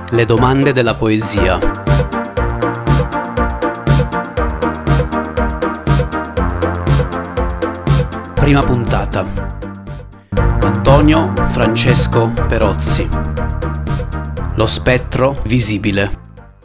Le domande della poesia. Prima puntata. Antonio Francesco Perozzi. Lo spettro visibile.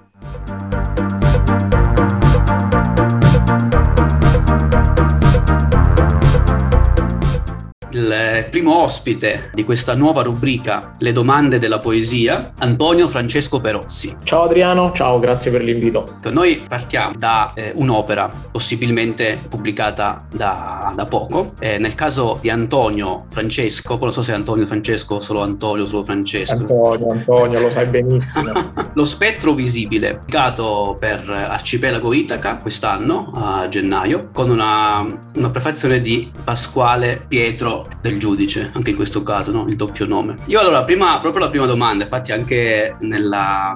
Il primo ospite di questa nuova rubrica, Le domande della poesia, Antonio Francesco Perozzi. Ciao Adriano, ciao, grazie per l'invito. Noi partiamo da un'opera possibilmente pubblicata da poco. Nel caso di Antonio Francesco, non so se è Antonio Francesco, solo Antonio, solo Francesco. Antonio, lo sai benissimo. Lo spettro visibile, pubblicato per Arcipelago Itaca quest'anno, a gennaio, con una prefazione di Pasquale Pietro del Giudice, anche in questo caso, no? Il doppio nome. Io allora, proprio la prima domanda, infatti anche nella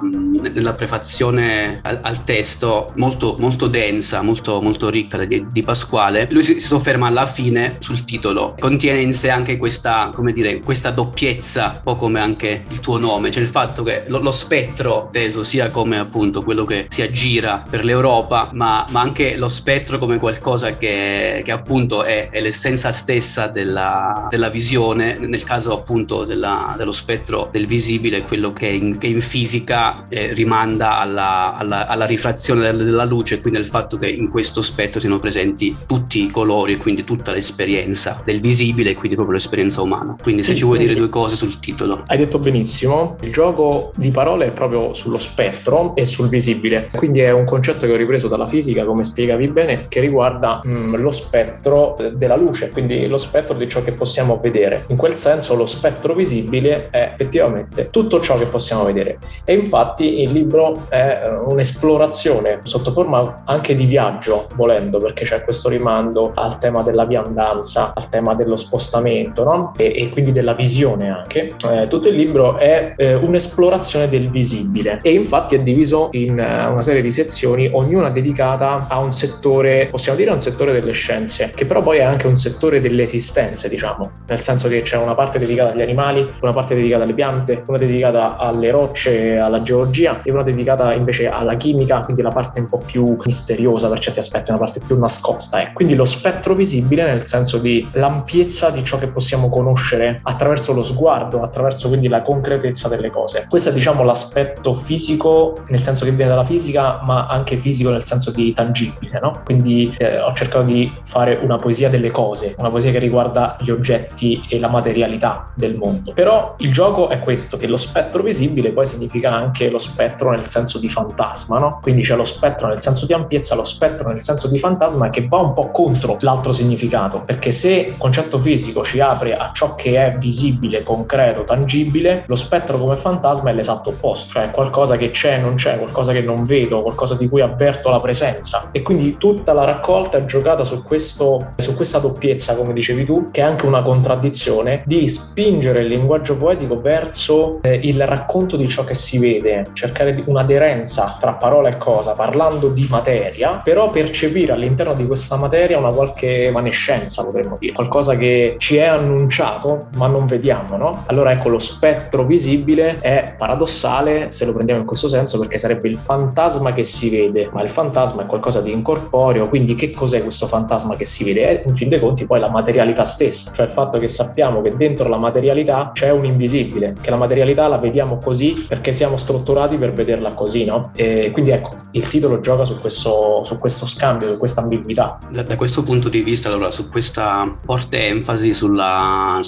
prefazione al testo, molto, molto densa, molto ricca di Pasquale, lui si sofferma alla fine sul titolo. Contiene in sé anche questa, come dire, questa doppiezza, un po' come anche il tuo nome, cioè il fatto che lo spettro teso sia come appunto quello che si aggira per l'Europa, ma anche lo spettro come qualcosa che appunto è l'essenza stessa della visione, nel caso appunto dello spettro del visibile, quello che in fisica rimanda alla rifrazione della luce, quindi al fatto che in questo spettro siano presenti tutti i colori e quindi tutta l'esperienza del visibile e quindi proprio l'esperienza umana. Quindi se ci vuoi dire due cose sul titolo. Hai detto benissimo, il gioco di parole è proprio sullo spettro e sul visibile, quindi è un concetto che ho ripreso dalla fisica, come spiegavi bene, che riguarda lo spettro della luce, quindi lo spettro di ciò che possiamo vedere. In quel senso lo spettro visibile è effettivamente tutto ciò che possiamo vedere, e infatti il libro è un'esplorazione sotto forma anche di viaggio, volendo, perché c'è questo rimando al tema della viandanza, al tema dello spostamento, no? E quindi della visione anche. Tutto il libro è un'esplorazione del visibile, e infatti è diviso in una serie di sezioni, ognuna dedicata a un settore, possiamo dire un settore delle scienze, che però poi è anche un settore delle esistenze, diciamo, nel senso che c'è una parte dedicata agli animali, una parte dedicata alle piante, una dedicata alle rocce, alla geologia, e una dedicata invece alla chimica, quindi la parte un po' più misteriosa per certi aspetti, una parte più nascosta. Quindi lo spettro visibile nel senso di l'ampiezza di ciò che possiamo conoscere attraverso lo sguardo, attraverso quindi la concretezza delle cose. Questo è, diciamo, l'aspetto fisico, nel senso che viene dalla fisica, ma anche fisico nel senso di tangibile, no? Quindi ho cercato di fare una poesia delle cose, una poesia che riguarda gli oggetti e la materialità del mondo. Però il gioco è questo, che lo spettro visibile poi significa anche lo spettro nel senso di fantasma, no? Quindi c'è lo spettro nel senso di ampiezza, lo spettro nel senso di fantasma, che va un po' contro l'altro significato, perché se il concetto fisico ci apre a ciò che è visibile, concreto, tangibile, lo spettro come fantasma è l'esatto opposto, cioè qualcosa che c'è, non c'è, qualcosa che non vedo, qualcosa di cui avverto la presenza. E quindi tutta la raccolta è giocata su questa doppiezza, come dicevi tu, che è anche una contraddizione, di spingere il linguaggio poetico verso il racconto di ciò che si vede, cercare di un'aderenza tra parola e cosa, parlando di materia, però percepire all'interno di questa materia una qualche evanescenza, potremmo dire, qualcosa che ci è annunciato ma non vediamo, no? Allora ecco, lo spettro visibile è paradossale se lo prendiamo in questo senso, perché sarebbe il fantasma che si vede, ma il fantasma è qualcosa di incorporeo, quindi che cos'è questo fantasma che si vede? È in fin dei conti poi la materialità stessa, cioè il fatto che sappiamo che dentro la materialità c'è un invisibile, che la materialità la vediamo così perché siamo strutturati per vederla così, no? E quindi ecco, il titolo gioca su questo scambio, su questa ambiguità. Da questo punto di vista, allora, su questa forte enfasi sulla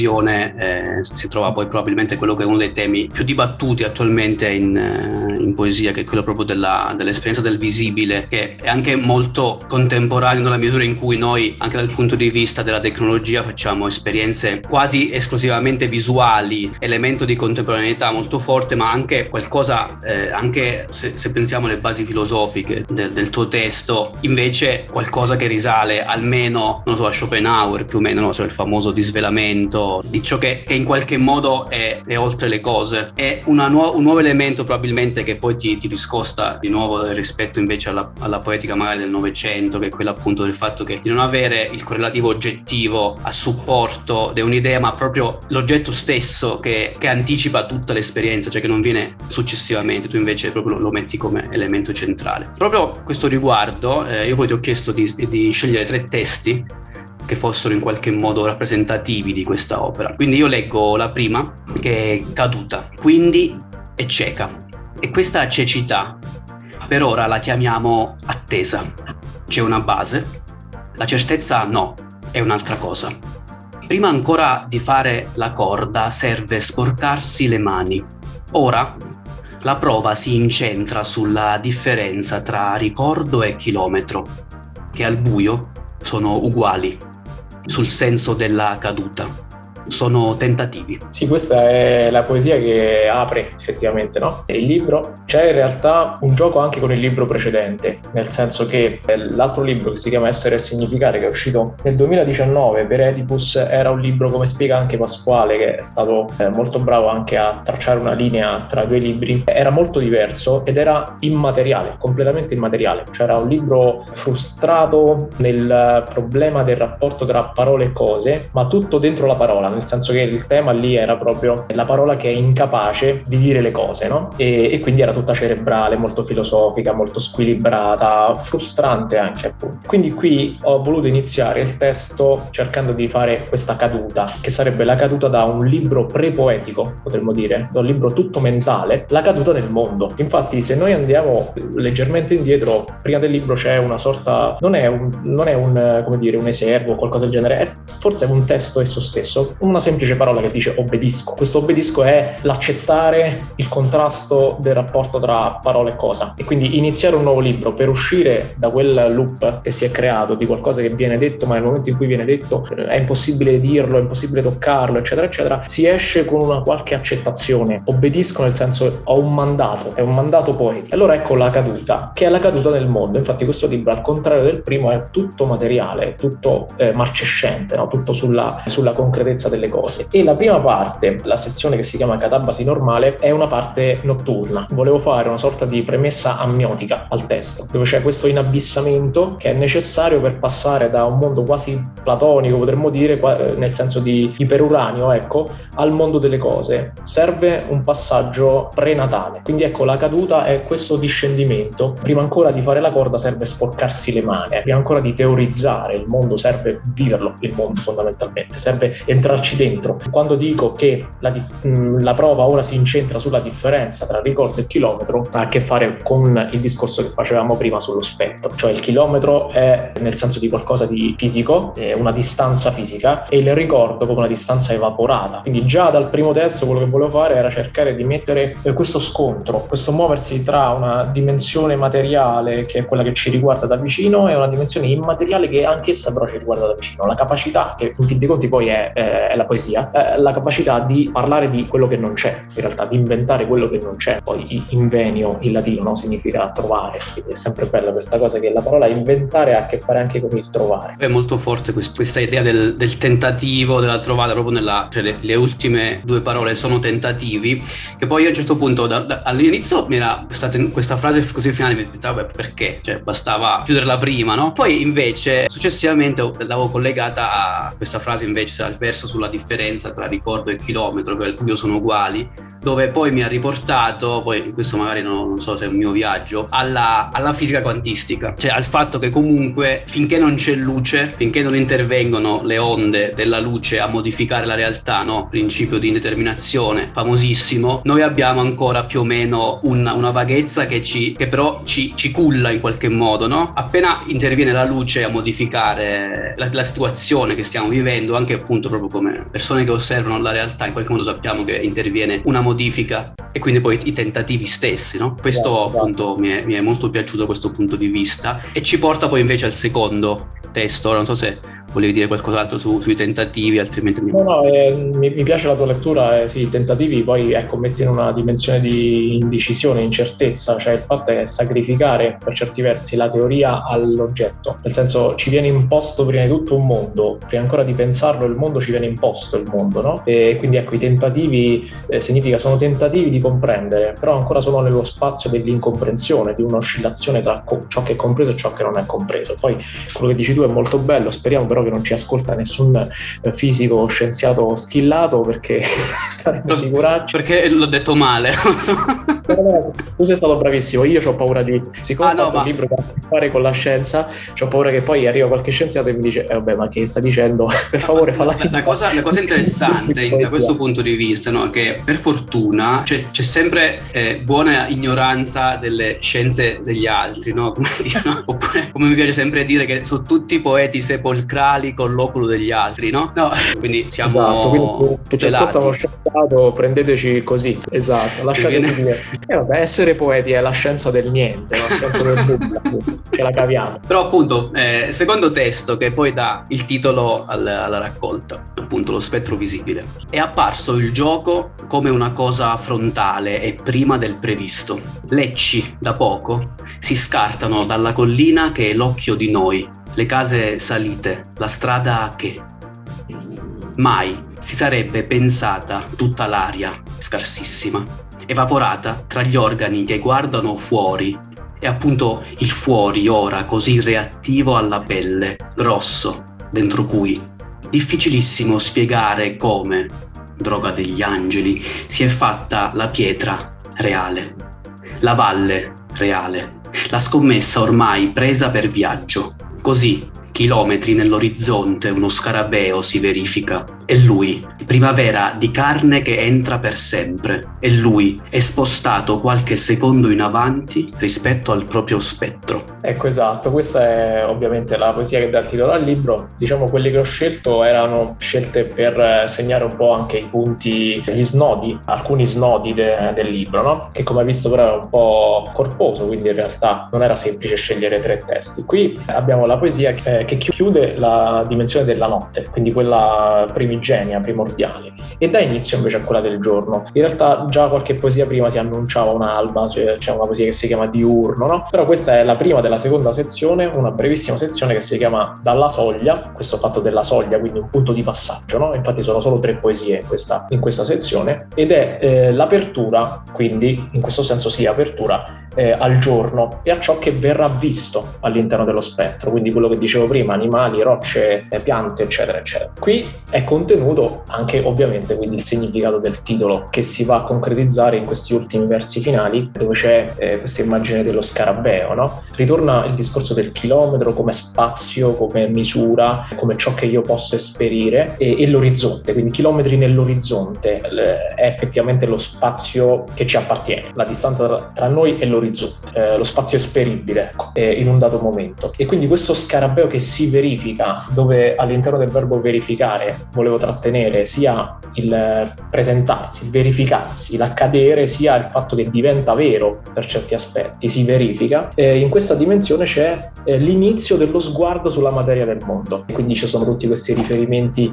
visione si trova poi probabilmente quello che è uno dei temi più dibattuti attualmente in poesia, che è quello proprio dell'esperienza del visibile, che è anche molto contemporaneo nella misura in cui noi, anche dal punto di vista della tecnologia, facciamo esperienze quasi esclusivamente visuali, elemento di contemporaneità molto forte, ma anche qualcosa, anche se pensiamo alle basi filosofiche del tuo testo, invece qualcosa che risale almeno meno, non so, a Schopenhauer, più o meno, non so, il famoso disvelamento di ciò che in qualche modo è oltre le cose. È un nuovo elemento probabilmente che poi ti discosta di nuovo rispetto invece alla poetica magari del Novecento, che è quella appunto del fatto che di non avere il correlativo oggettivo a supporto di un'idea, ma proprio l'oggetto stesso che anticipa tutta l'esperienza, cioè che non viene successivamente, tu invece proprio lo metti come elemento centrale. Proprio a questo riguardo io poi ti ho chiesto di scegliere 3 testi che fossero in qualche modo rappresentativi di questa opera. Quindi io leggo la prima, che è Caduta, quindi è cieca. E questa cecità per ora la chiamiamo attesa. C'è una base, la certezza no, è un'altra cosa. Prima ancora di fare la corda serve sporcarsi le mani. Ora la prova si incentra sulla differenza tra ricordo e chilometro, che al buio sono uguali, sul senso della caduta. Sono tentativi. Sì, questa è la poesia che apre effettivamente, no? Il libro. C'è in realtà un gioco anche con il libro precedente, nel senso che l'altro libro che si chiama Essere e Significare, che è uscito nel 2019 per Oedipus, era un libro, come spiega anche Pasquale, che è stato molto bravo anche a tracciare una linea tra i 2 libri. Era molto diverso ed era immateriale, completamente immateriale. C'era un libro frustrato nel problema del rapporto tra parole e cose, ma tutto dentro la parola, nel senso che il tema lì era proprio la parola che è incapace di dire le cose, no? E quindi era tutta cerebrale, molto filosofica, molto squilibrata, frustrante anche, appunto. Quindi qui ho voluto iniziare il testo cercando di fare questa caduta, che sarebbe la caduta da un libro prepoetico, potremmo dire, da un libro tutto mentale, la caduta del mondo. Infatti, se noi andiamo leggermente indietro, prima del libro c'è una sorta, non è un come dire, un esergo o qualcosa del genere, è forse un testo esso stesso, una semplice parola che dice obbedisco. Questo obbedisco è l'accettare il contrasto del rapporto tra parola e cosa, e quindi iniziare un nuovo libro per uscire da quel loop che si è creato di qualcosa che viene detto, ma nel momento in cui viene detto è impossibile dirlo, è impossibile toccarlo, eccetera eccetera. Si esce con una qualche accettazione. Obbedisco nel senso ho un mandato, è un mandato poetico. Allora ecco la caduta, che è la caduta del mondo. Infatti questo libro, al contrario del primo, è tutto materiale, tutto marcescente, no? Tutto sulla concretezza delle cose. E la prima parte, la sezione che si chiama Catabasi normale, è una parte notturna. Volevo fare una sorta di premessa ammiotica al testo, dove c'è questo inabissamento che è necessario per passare da un mondo quasi platonico, potremmo dire, nel senso di iperuranio, ecco, al mondo delle cose. Serve un passaggio prenatale. Quindi ecco, la caduta è questo discendimento. Prima ancora di fare la corda serve sporcarsi le mani, prima ancora di teorizzare il mondo serve viverlo, il mondo fondamentalmente, serve entrarci dentro. Quando dico che la prova ora si incentra sulla differenza tra ricordo e chilometro, ha a che fare con il discorso che facevamo prima sullo spettro, cioè il chilometro è nel senso di qualcosa di fisico, è una distanza fisica, e il ricordo come una distanza evaporata. Quindi già dal primo testo quello che volevo fare era cercare di mettere questo scontro, questo muoversi tra una dimensione materiale, che è quella che ci riguarda da vicino, e una dimensione immateriale che anch'essa però ci riguarda da vicino. La capacità, che in fin dei conti poi è la poesia, la capacità di parlare di quello che non c'è, in realtà di inventare quello che non c'è. Poi invenio in latino, no? Significa trovare, quindi è sempre bella questa cosa che la parola inventare ha a che fare anche con il trovare. È molto forte questa idea del tentativo, della trovata, proprio cioè le ultime 2 parole sono tentativi, che poi a un certo punto all'inizio mi era questa frase così finale, mi pensavo perché? Cioè bastava chiuderla prima, no? Poi invece successivamente l'avevo collegata a questa frase invece, al verso sulla differenza tra ricordo e chilometro, che al buio sono uguali, dove poi mi ha riportato, poi questo magari non so se è un mio viaggio, alla fisica quantistica, cioè al fatto che comunque finché non c'è luce, finché non intervengono le onde della luce a modificare la realtà, no? Principio di indeterminazione famosissimo, noi abbiamo ancora più o meno una vaghezza che però ci culla in qualche modo, no? Appena interviene la luce a modificare la situazione che stiamo vivendo, anche appunto proprio come persone che osservano la realtà, in qualche modo sappiamo che interviene una modifica, e quindi poi i tentativi stessi, no? Questo appunto mi è molto piaciuto, questo punto di vista, e ci porta poi invece al secondo testo. Ora non so se volevi dire qualcos'altro sui tentativi, altrimenti No, mi piace la tua lettura, sì, i tentativi poi ecco metti in una dimensione di indecisione, incertezza, cioè il fatto è sacrificare per certi versi la teoria all'oggetto, nel senso ci viene imposto prima di tutto un mondo, prima ancora di pensarlo il mondo ci viene imposto il mondo, no? E quindi ecco i tentativi significa sono tentativi di comprendere, però ancora sono nello spazio dell'incomprensione, di un'oscillazione tra ciò che è compreso e ciò che non è compreso. Poi quello che dici tu è molto bello, speriamo però che non ci ascolta nessun fisico o scienziato schillato, perché sarebbe figuraccia. Perché l'ho detto male. No, tu sei stato bravissimo, io ho paura siccome ho fatto un libro da fare con la scienza, ho paura che poi arriva qualche scienziato e mi dice vabbè, ma che sta dicendo? Per favore falla. La cosa interessante da questo punto di vista, no, che per fortuna c'è sempre buona ignoranza delle scienze degli altri, no? Come dire, no? Oppure, come mi piace sempre dire, che sono tutti poeti sepolcrali con l'oculo degli altri, no? Quindi siamo esatto, quindi se ci ascolta uno scienziato, prendeteci così, esatto, lasciatevi dire. Vabbè, essere poeti è la scienza del niente, la scienza del nulla, ce la caviamo. Però appunto, secondo testo che poi dà il titolo alla raccolta, appunto Lo spettro visibile, è apparso il gioco come una cosa frontale e prima del previsto. Lecci, da poco, si scartano dalla collina che è l'occhio di noi, le case salite, la strada che... Mai si sarebbe pensata tutta l'aria, scarsissima, evaporata tra gli organi che guardano fuori, e appunto il fuori ora così reattivo alla pelle, grosso, dentro cui. Difficilissimo spiegare come, droga degli angeli, si è fatta la pietra reale, la valle reale, la scommessa ormai presa per viaggio. Così, chilometri nell'orizzonte, uno scarabeo si verifica. È lui, primavera di carne che entra per sempre. E lui è spostato qualche secondo in avanti rispetto al proprio spettro. Ecco, esatto, questa è ovviamente la poesia che dà il titolo al libro. Diciamo, quelle che ho scelto erano scelte per segnare un po' anche i punti, gli snodi, alcuni snodi del libro, no? Che come hai visto però era un po' corposo, quindi in realtà non era semplice scegliere 3 testi. Qui abbiamo la poesia che chiude la dimensione della notte, quindi quella primigenia, primordiale, e dà inizio invece a quella del giorno. In realtà già qualche poesia prima ti annunciava un'alba, cioè c'è una poesia che si chiama Diurno, no? Però questa è la prima della seconda sezione, una brevissima sezione che si chiama Dalla soglia, questo fatto della soglia, quindi un punto di passaggio, no? Infatti sono solo 3 poesie in questa sezione, ed è l'apertura, quindi in questo senso sì, apertura al giorno e a ciò che verrà visto all'interno dello spettro, quindi quello che dicevo prima, animali, rocce, piante, eccetera, eccetera. Qui è contenuto anche ovviamente quindi il significato del titolo, che si va a concretizzare in questi ultimi versi finali, dove c'è questa immagine dello scarabeo, no? Ritorna il discorso del chilometro come spazio, come misura, come ciò che io posso esperire, e l'orizzonte, quindi chilometri nell'orizzonte è effettivamente lo spazio che ci appartiene, la distanza tra noi e l'orizzonte, lo spazio esperibile, ecco, in un dato momento. E quindi questo scarabeo che si verifica, dove all'interno del verbo verificare volevo trattenere sia il presentarsi, il verificarsi, l'accadere, sia il fatto che diventa vero per certi aspetti, si verifica. In questa dimensione c'è l'inizio dello sguardo sulla materia del mondo, e quindi ci sono tutti questi riferimenti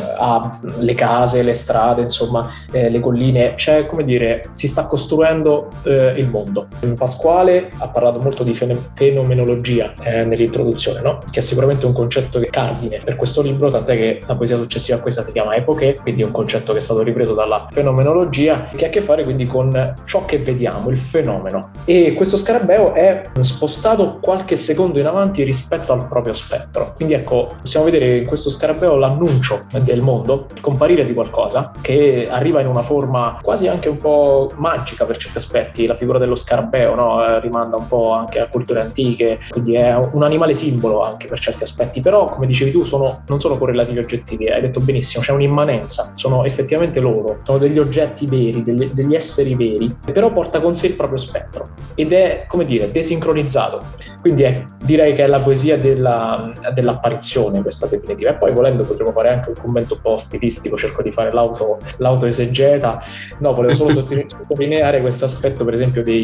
alle case, le strade, insomma, le colline. C'è, come dire, si sta costruendo il mondo. Pasquale ha parlato molto di fenomenologia nell'introduzione, no? Che è sicuramente un concetto che è cardine per questo libro, tant'è che la poesia successiva a questa si chiama Epoche, quindi è un concetto che è stato ripreso dalla fenomenologia, che ha a che fare quindi con ciò che vediamo, il fenomeno. E questo scarabeo è spostato qualche secondo in avanti rispetto al proprio spettro. Quindi ecco, possiamo vedere in questo scarabeo l'annuncio del mondo, il comparire di qualcosa che arriva in una forma quasi anche un po' magica per certi aspetti. La figura dello scarabeo, no? Rimanda un po' anche a culture antiche, quindi è un animale simbolo anche per certi aspetti, però come dicevi tu non sono correlativi oggettivi, hai detto benissimo, c'è un'immanenza, sono effettivamente loro, sono degli oggetti veri, degli esseri veri, però porta con sé il proprio spettro ed è, come dire, desincronizzato. Quindi direi che è la poesia dell'apparizione questa definitiva, e poi volendo potremmo fare anche un commento un po' stilistico, cerco di fare l'autoesegeta. No, volevo solo sottolineare questo aspetto per esempio dei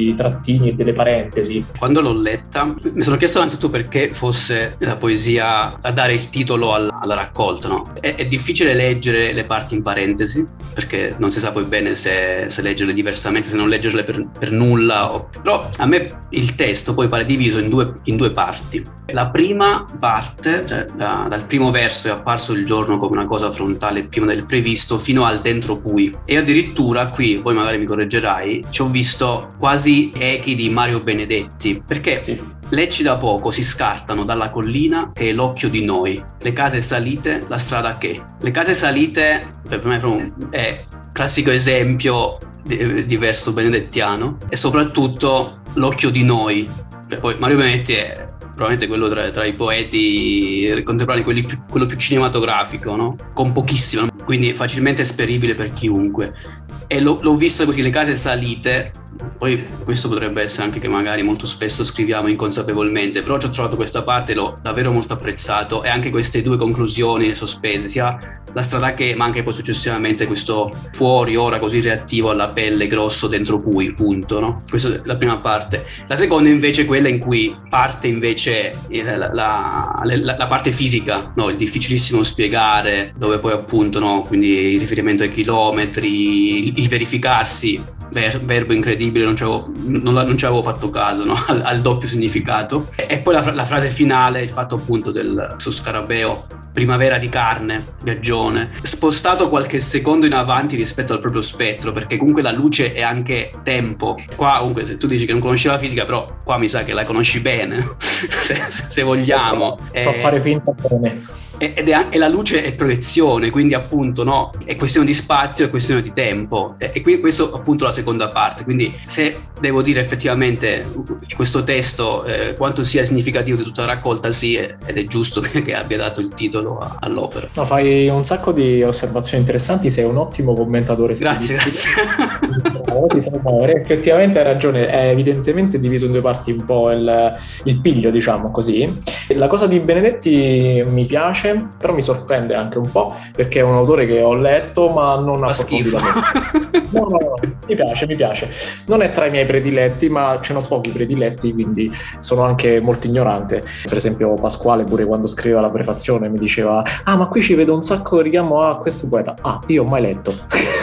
puntini e delle parentesi. Quando l'ho letta mi sono chiesto innanzitutto perché fosse la poesia a dare il titolo alla raccolta, no? È difficile leggere le parti in parentesi, perché non si sa poi bene se leggerle diversamente, se non leggerle per nulla. Però a me il testo poi pare diviso in due parti. La prima parte, cioè dal primo verso è apparso il giorno come una cosa frontale prima del previsto, fino al dentro cui. E addirittura qui, poi magari mi correggerai, ci ho visto quasi echi di Mario Benedetti, perché Sì. Lecci da poco si scartano dalla collina che è l'occhio di noi, le case salite, la strada che. Le case salite, per me è classico esempio di verso benedettiano, e soprattutto l'occhio di noi. Poi Mario Benedetti è probabilmente quello tra i poeti contemporanei, quello più cinematografico, no? Con pochissimo, quindi facilmente esperibile per chiunque. E l'ho visto così, le case salite. Poi questo potrebbe essere anche che magari molto spesso scriviamo inconsapevolmente, però ci ho trovato questa parte, l'ho davvero molto apprezzato, e anche queste due conclusioni sospese, sia la strada che, ma anche poi successivamente questo fuori ora così reattivo alla pelle grosso dentro cui, punto, no? Questa è la prima parte. La seconda invece è quella in cui parte invece la parte fisica, no? Il difficilissimo spiegare, dove poi appunto, no? Quindi il riferimento ai chilometri, il verificarsi, verbo incredibile, non ci avevo fatto caso, no? al doppio significato. E poi la frase finale, il fatto appunto su scarabeo, primavera di carne, gagione, spostato qualche secondo in avanti rispetto al proprio spettro, perché comunque la luce è anche tempo. Qua comunque, se tu dici che non conosci la fisica, però qua mi sa che la conosci bene, se vogliamo. So fare finta bene. E la luce è proiezione, quindi appunto, no, è questione di spazio, è questione di tempo, e quindi questo appunto la seconda parte. Quindi se devo dire effettivamente questo testo quanto sia significativo di tutta la raccolta, sì, ed è giusto che abbia dato il titolo all'opera. No, fai un sacco di osservazioni interessanti, sei un ottimo commentatore stilistico. Grazie. Effettivamente hai ragione, è evidentemente diviso in due parti un po' il piglio, diciamo così. La cosa di Benedetti mi piace, però mi sorprende anche un po', perché è un autore che ho letto ma non approfonditamente. No, mi piace. Non è tra i miei prediletti, ma ce n'ho pochi prediletti, quindi sono anche molto ignorante. Per esempio Pasquale, pure quando scriveva la prefazione, mi diceva: ah, ma qui ci vedo un sacco di richiamo a questo poeta. Ah, io ho mai letto.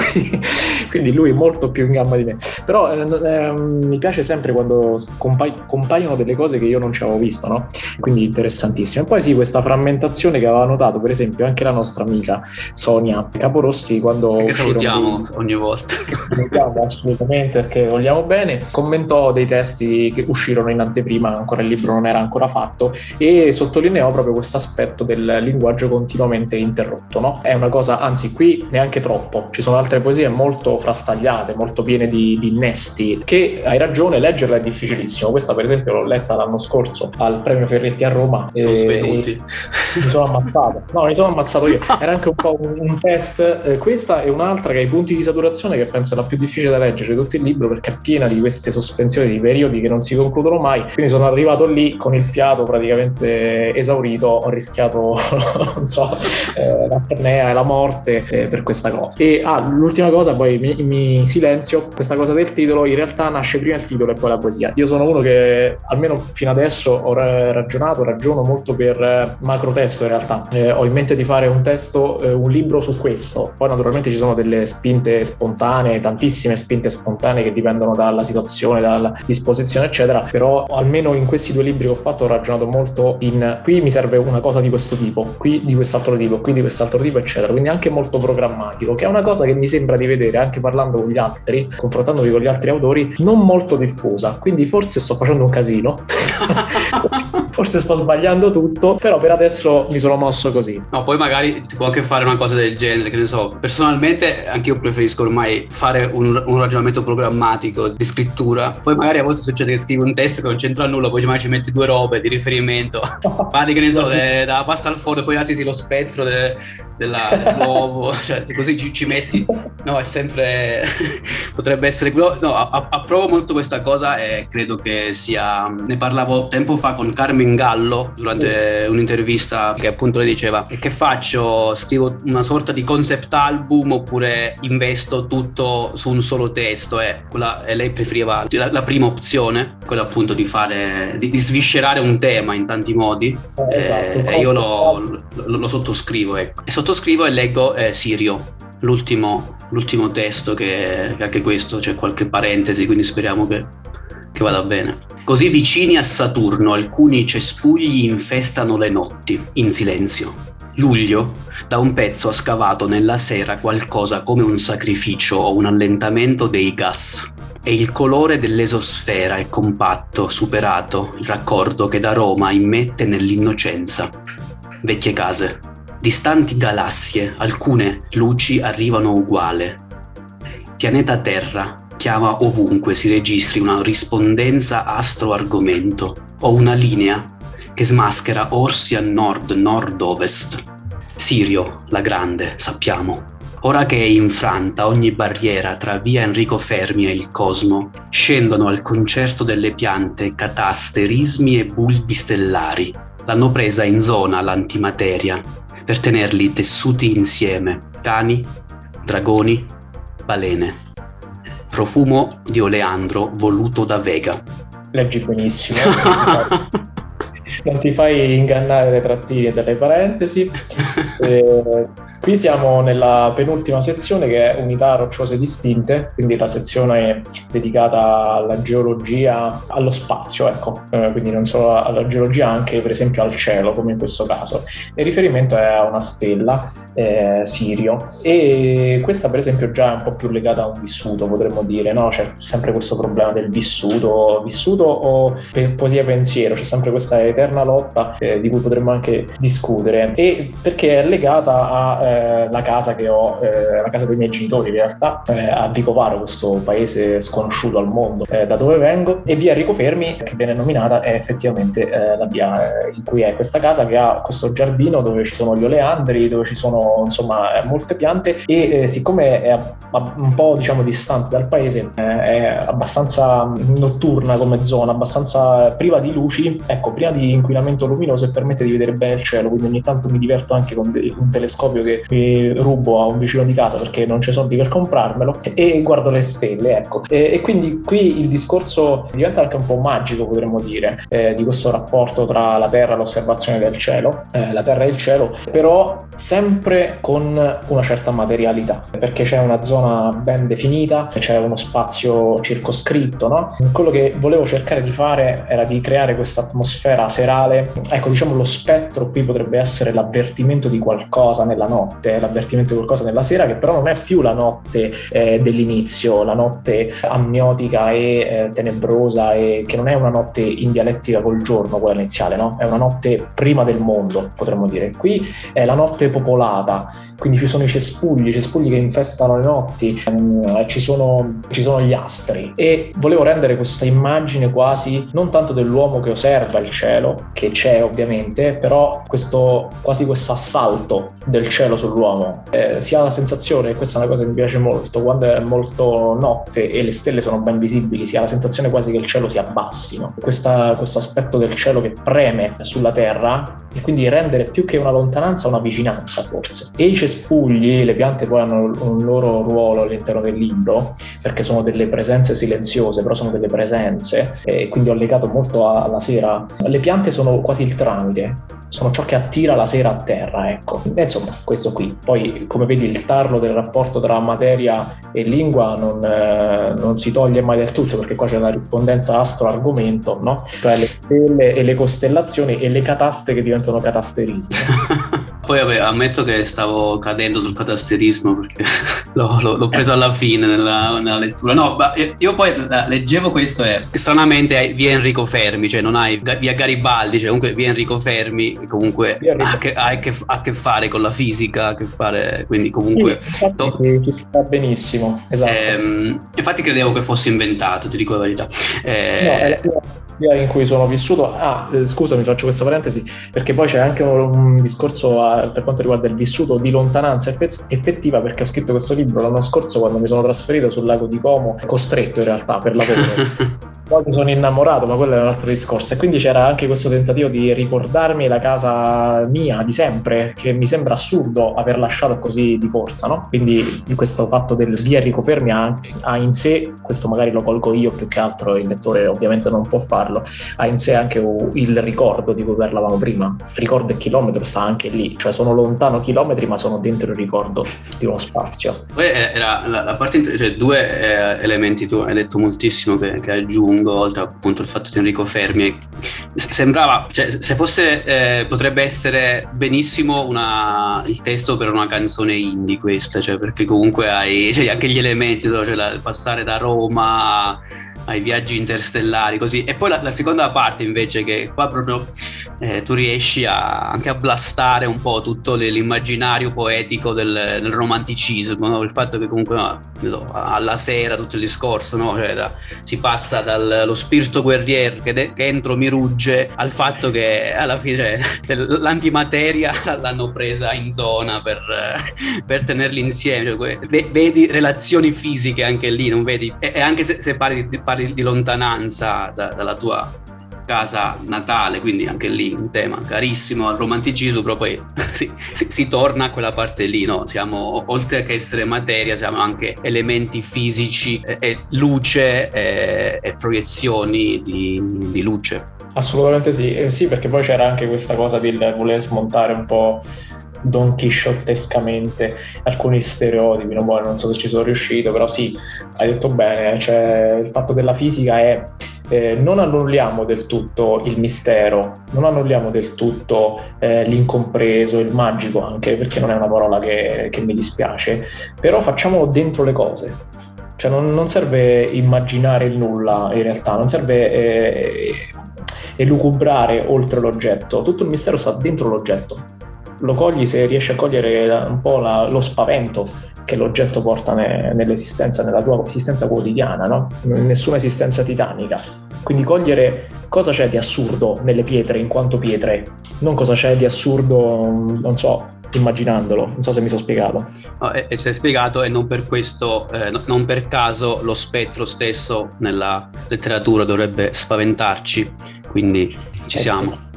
Quindi lui è molto più in gamba di me. Però mi piace sempre quando compaiono delle cose che io non ci avevo visto, no? Quindi interessantissimo. E poi sì, questa frammentazione che aveva notato per esempio anche la nostra amica Sonia Caporossi, quando che salutiamo ogni volta. Che salutiamo assolutamente, perché vogliamo bene, commentò dei testi che uscirono in anteprima, ancora il libro non era ancora fatto, e sottolineò proprio questo aspetto del linguaggio continuamente interrotto, no? È una cosa, anzi qui neanche troppo, ci sono altre poesie molto frastagliate, molto piene di innesti, che hai ragione, leggerla è difficilissimo. Questa per esempio l'ho letta l'anno scorso al Premio Ferretti a Roma. Sono svenuti. Mi sono ammazzato io. Era anche un po' un test. Questa è un'altra che ha i punti di saturazione, che penso è la più difficile da leggere di tutto il libro, perché è piena di queste sospensioni di periodi che non si concludono mai. Quindi sono arrivato lì con il fiato praticamente esaurito, ho rischiato non so, l'apnea e la morte per questa cosa. E l'ultima cosa, poi mi silenzio, questa cosa del titolo, in realtà nasce prima il titolo e poi la poesia. Io sono uno che almeno fino adesso ho ragiono molto per macro testo, in realtà ho in mente di fare un testo, un libro su questo. Poi naturalmente ci sono delle spinte spontanee, tantissime spinte spontanee che dipendono dalla situazione, dalla disposizione eccetera, però almeno in questi due libri che ho fatto ho ragionato molto qui mi serve una cosa di questo tipo, qui di quest'altro tipo, qui di quest'altro tipo eccetera, quindi anche molto programmatico, che è una cosa che mi sembra di vedere anche parlando con gli altri, confrontandomi con gli altri autori, non molto diffusa. Quindi forse sto facendo un casino forse sto sbagliando tutto, però per adesso mi sono mosso così. No, poi magari si può anche fare una cosa del genere, che ne so, personalmente anche io preferisco ormai fare un ragionamento programmatico di scrittura. Poi magari a volte succede che scrivi un testo che non c'entra nulla, poi magari ci metti due robe di riferimento, parli, che ne so, dalla pasta al forno, poi sì, lo spettro dell'uovo, cioè così ci metti. No, è sempre potrebbe essere quello. No, approvo molto questa cosa, e credo che sia, ne parlavo tempo fa con Carmen Gallo durante un'intervista, che appunto appunto lei diceva: e che faccio? Scrivo una sorta di concept album oppure investo tutto su un solo testo? E lei preferiva la prima opzione, quella appunto di fare, di sviscerare un tema in tanti modi. Esatto. E io lo sottoscrivo, ecco. E sottoscrivo e leggo Sirio, l'ultimo testo, che anche questo c'è qualche parentesi, quindi speriamo che vada bene. Così vicini a Saturno alcuni cespugli infestano le notti in silenzio. Luglio da un pezzo ha scavato nella sera qualcosa come un sacrificio o un allentamento dei gas. E il colore dell'esosfera è compatto, superato, il raccordo che da Roma immette nell'innocenza. Vecchie case, distanti galassie, alcune luci arrivano uguale. Pianeta Terra chiama ovunque si registri una rispondenza astro-argomento o una linea che smaschera orsi a nord-nord-ovest. Sirio, la grande, sappiamo. Ora che è infranta ogni barriera tra via Enrico Fermi e il cosmo, scendono al concerto delle piante catasterismi e bulbi stellari. L'hanno presa in zona l'antimateria per tenerli tessuti insieme, cani, dragoni, balene. Profumo di oleandro voluto da Vega. Leggi benissimo. Non ti fai ingannare dai trattini e dalle parentesi. Qui siamo nella penultima sezione, che è unità rocciose distinte, quindi la sezione dedicata alla geologia, allo spazio, ecco, quindi non solo alla geologia, anche per esempio al cielo, come in questo caso. Il riferimento è a una stella, Sirio, e questa per esempio già è un po' più legata a un vissuto, potremmo dire, no? C'è sempre questo problema del vissuto o poesia pensiero, c'è sempre questa eterna lotta di cui potremmo anche discutere, e perché è legata a la casa che ho, la casa dei miei genitori in realtà, a Vicovaro, questo paese sconosciuto al mondo da dove vengo, e via Enrico Fermi, che viene nominata, è effettivamente la via in cui è questa casa, che ha questo giardino dove ci sono gli oleandri, dove ci sono insomma molte piante, e siccome è un po' diciamo distante dal paese, è abbastanza notturna come zona, abbastanza priva di luci, ecco, priva di inquinamento luminoso, e permette di vedere bene il cielo, quindi ogni tanto mi diverto anche con un telescopio che mi rubo a un vicino di casa perché non c'è soldi per comprarmelo, e guardo le stelle, ecco. E quindi qui il discorso diventa anche un po' magico, potremmo dire, di questo rapporto tra la Terra e l'osservazione del cielo, la Terra e il cielo, però sempre con una certa materialità, perché c'è una zona ben definita, c'è uno spazio circoscritto, no? Quello che volevo cercare di fare era di creare questa atmosfera serale, ecco, diciamo lo spettro qui potrebbe essere l'avvertimento di qualcosa nella notte, l'avvertimento di qualcosa nella sera, che però non è più la notte dell'inizio, la notte amniotica e tenebrosa, e che non è una notte in dialettica col giorno, quella iniziale, no? È una notte prima del mondo, potremmo dire. Qui è la notte popolata, quindi ci sono i cespugli che infestano le notti, ci sono gli astri, e volevo rendere questa immagine quasi non tanto dell'uomo che osserva il cielo, che c'è ovviamente, però questo assalto del cielo sull'uomo. Si ha la sensazione, e questa è una cosa che mi piace molto, quando è molto notte e le stelle sono ben visibili, si ha la sensazione quasi che il cielo si abbassi, no? Questo aspetto del cielo che preme sulla terra, e quindi rendere più che una lontananza una vicinanza, forse. E i cespugli, le piante poi hanno un loro ruolo all'interno del libro, perché sono delle presenze silenziose, però sono delle presenze, e quindi ho legato molto alla sera. Le piante sono quasi il tramite, sono ciò che attira la sera a terra, ecco. E insomma, questo qui. Poi, come vedi, il tarlo del rapporto tra materia e lingua non si toglie mai del tutto, perché qua c'è la rispondenza astro-argomento, no? Cioè le stelle e le costellazioni e le cataste che diventano catasterismi. Poi ammetto che stavo cadendo sul catasterismo, perché l'ho preso alla fine nella lettura. No, ma io poi leggevo questo, e stranamente via Enrico Fermi, cioè non hai via Garibaldi, cioè comunque via Enrico Fermi comunque ha a che fare con la fisica, a che fare, quindi comunque sì, infatti, ci sta benissimo, esatto. Infatti credevo che fosse inventato, ti dico la verità. No, è la via in cui sono vissuto. Scusami, faccio questa parentesi, perché poi c'è anche un discorso per quanto riguarda il vissuto di lontananza effettiva, perché ho scritto questo libro l'anno scorso quando mi sono trasferito sul lago di Como, costretto in realtà per lavoro. poi mi sono innamorato, ma quello è un altro discorso. E quindi c'era anche questo tentativo di ricordarmi la casa mia di sempre, che mi sembra assurdo aver lasciato così di corsa, no? Quindi questo fatto del via Enrico Fermi ha in sé, questo magari lo colgo io più che altro, il lettore ovviamente non può farlo, ha in sé anche il ricordo di cui parlavamo prima. Ricordo e chilometro sta anche lì, cioè sono lontano chilometri ma sono dentro il ricordo di uno spazio. Poi era la parte, cioè due elementi, tu hai detto moltissimo che aggiungo, oltre appunto il fatto di Enrico Fermi. Sembrava, cioè, se fosse, potrebbe essere benissimo il testo per una canzone indie questa, cioè perché comunque hai anche gli elementi, cioè passare da Roma ai viaggi interstellari, così. E poi la seconda parte invece, che qua proprio tu riesci anche a blastare un po' tutto l'immaginario poetico del romanticismo, no? Il fatto che comunque alla sera tutto il discorso, no? Cioè, si passa dallo spirito guerriero che entro mi rugge al fatto che alla fine, cioè, l'antimateria l'hanno presa in zona per tenerli insieme, cioè, vedi relazioni fisiche anche lì, non vedi, e anche se parli di lontananza dalla tua casa natale, quindi anche lì un tema carissimo al romanticismo, però poi si torna a quella parte lì, no? Siamo, oltre che essere materia, siamo anche elementi fisici e luce e proiezioni di luce. Assolutamente sì, sì, perché poi c'era anche questa cosa di voler smontare un po' Don Chisciottescamente alcuni stereotipi, no? Boh, non so se ci sono riuscito, però sì, hai detto bene, cioè il fatto della fisica è non annulliamo del tutto il mistero, non annulliamo del tutto l'incompreso, il magico, anche perché non è una parola che mi dispiace, però facciamo dentro le cose. Cioè non serve immaginare il nulla, in realtà non serve elucubrare oltre l'oggetto, tutto il mistero sta dentro l'oggetto. Lo cogli se riesci a cogliere un po' lo spavento che l'oggetto porta nell'esistenza, nella tua esistenza quotidiana, no? Nessuna esistenza titanica. Quindi cogliere cosa c'è di assurdo nelle pietre in quanto pietre, non cosa c'è di assurdo, non so, immaginandolo. Non so se mi sono spiegato. No, e ci hai spiegato, e non per questo, non per caso lo spettro stesso nella letteratura dovrebbe spaventarci, quindi ci siamo.